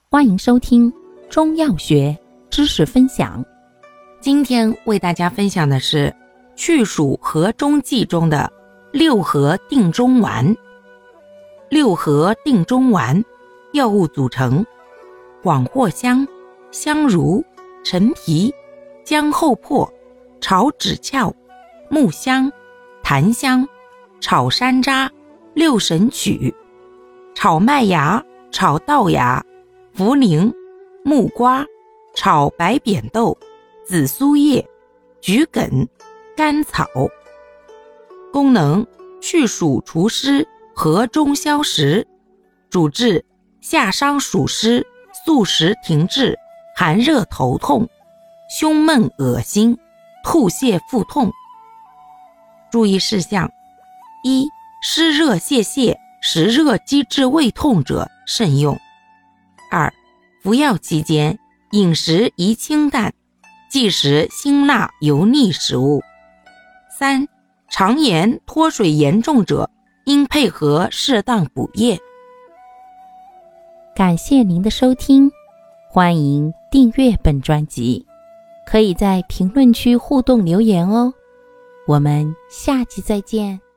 欢迎收听中药学知识分享。今天为大家分享的是去暑和中剂中的六合定中丸。六合定中丸药物组成：广藿香、香茹、陈皮、姜厚朴、炒枳壳、木香、檀香、炒山楂、六神曲、炒麦芽、炒稻芽、茯苓、木瓜、炒白扁豆、紫苏叶、桔梗、甘草。功能：去暑除湿，和中消食。主治：夏伤暑湿、宿食停滞、寒热头痛、胸闷恶心、吐泻腹痛。注意事项：一、湿热泄泻、食热积滞胃痛者慎用。二、服药期间饮食宜清淡，忌食辛辣油腻食物。三、肠炎脱水严重者应配合适当补液。感谢您的收听，欢迎订阅本专辑，可以在评论区互动留言哦。我们下期再见。